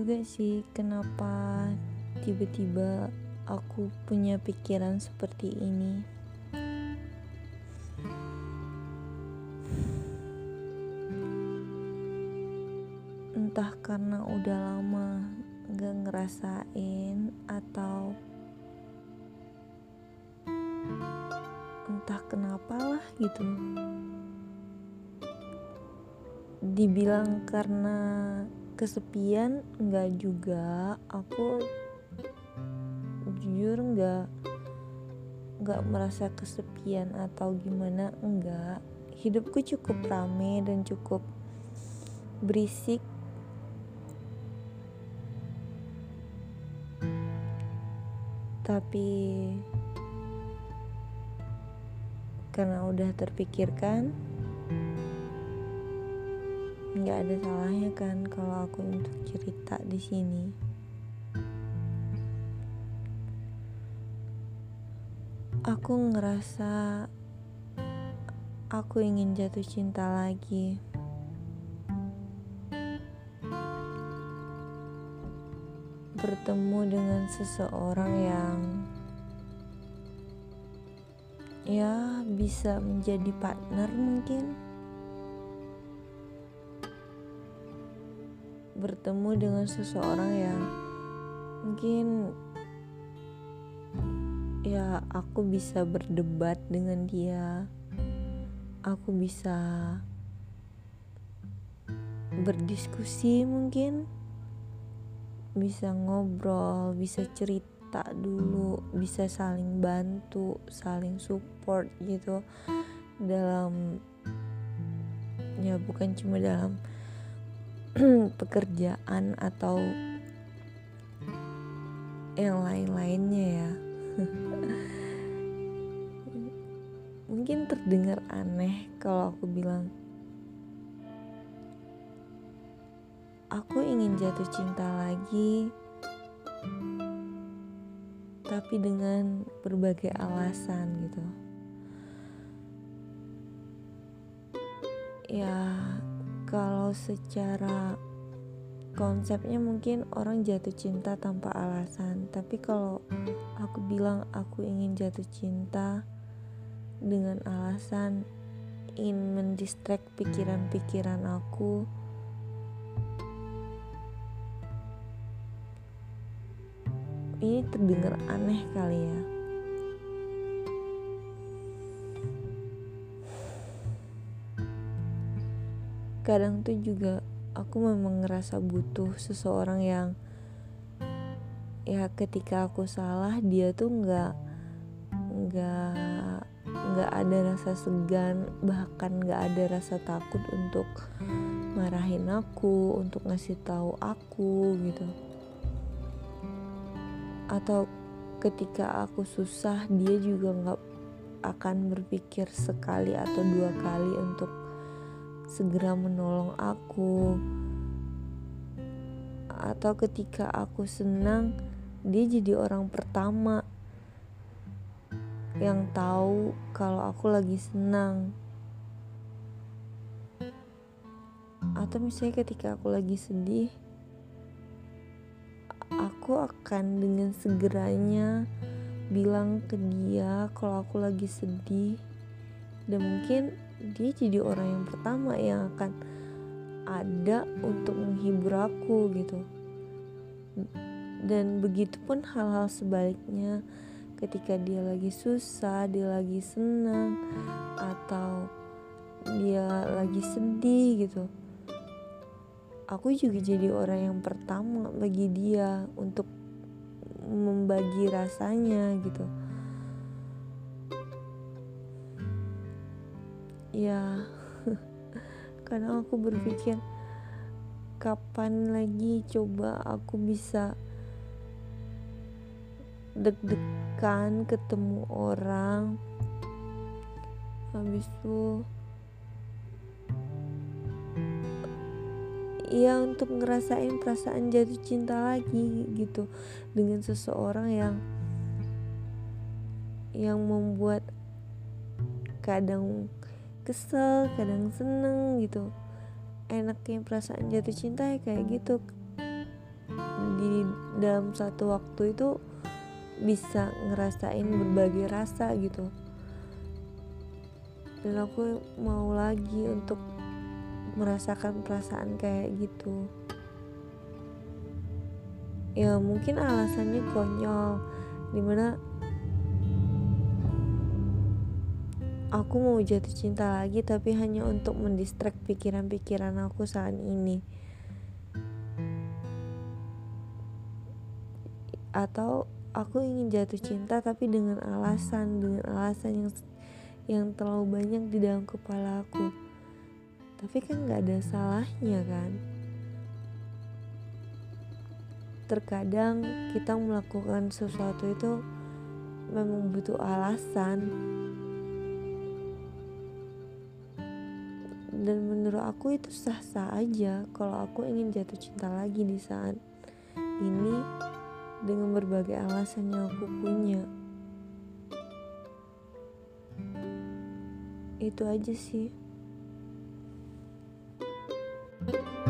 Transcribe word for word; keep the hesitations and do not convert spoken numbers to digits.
juga sih kenapa tiba-tiba aku punya pikiran seperti ini. Entah karena udah lama gak ngerasain atau entah kenapa lah gitu. Dibilang karena kesepian enggak juga, aku jujur enggak enggak merasa kesepian atau gimana, enggak. Hidupku cukup rame dan cukup berisik. Tapi karena udah terpikirkan, nggak ada salahnya kan kalau aku untuk cerita di sini. Aku ngerasa aku ingin jatuh cinta lagi. Bertemu dengan seseorang yang ya bisa menjadi partner mungkin. Bertemu dengan seseorang yang mungkin ya aku bisa berdebat dengan dia. Aku bisa berdiskusi mungkin. Bisa ngobrol, bisa cerita dulu, bisa saling bantu, saling support gitu dalam, ya bukan cuma dalam pekerjaan atau yang lain-lainnya ya. Mungkin terdengar aneh kalau aku bilang aku ingin jatuh cinta lagi, tapi dengan berbagai alasan gitu. Ya, kalau secara konsepnya mungkin orang jatuh cinta tanpa alasan, tapi kalau aku bilang aku ingin jatuh cinta dengan alasan ingin mendistract pikiran-pikiran aku. Ini terdengar aneh kali ya. Kadang tuh juga aku memang ngerasa butuh seseorang yang ya ketika aku salah dia tuh nggak nggak nggak ada rasa segan, bahkan nggak ada rasa takut untuk marahin aku, untuk ngasih tahu aku gitu. Atau ketika aku susah dia juga gak akan berpikir sekali atau dua kali untuk segera menolong aku. Atau ketika aku senang, dia jadi orang pertama yang tahu kalau aku lagi senang. Atau misalnya ketika aku lagi sedih, aku akan dengan segeranya bilang ke dia kalau aku lagi sedih, dan mungkin dia jadi orang yang pertama yang akan ada untuk menghibur aku gitu. Dan begitu pun hal-hal sebaliknya, ketika dia lagi susah, dia lagi senang, atau dia lagi sedih gitu, aku juga jadi orang yang pertama bagi dia untuk membagi rasanya gitu. Ya, kadang aku berpikir kapan lagi coba aku bisa deg-degan ketemu orang, habis itu ya untuk ngerasain perasaan jatuh cinta lagi gitu dengan seseorang yang yang membuat kadang kesel, kadang seneng gitu. Enaknya perasaan jatuh cinta ya kayak gitu. di dalam satu waktu itu bisa ngerasain berbagai rasa gitu. Dan aku mau lagi untuk merasakan perasaan kayak gitu. Ya mungkin alasannya konyol, dimana aku mau jatuh cinta lagi tapi hanya untuk mendistract pikiran-pikiran aku saat ini. Atau aku ingin jatuh cinta tapi dengan alasan, dengan alasan yang yang terlalu banyak di dalam kepala aku. Tapi kan gak ada salahnya kan. Terkadang kita melakukan sesuatu itu memang butuh alasan. Dan menurut aku itu sah-sah aja kalau aku ingin jatuh cinta lagi di saat ini dengan berbagai alasan yang aku punya. Itu aja sih.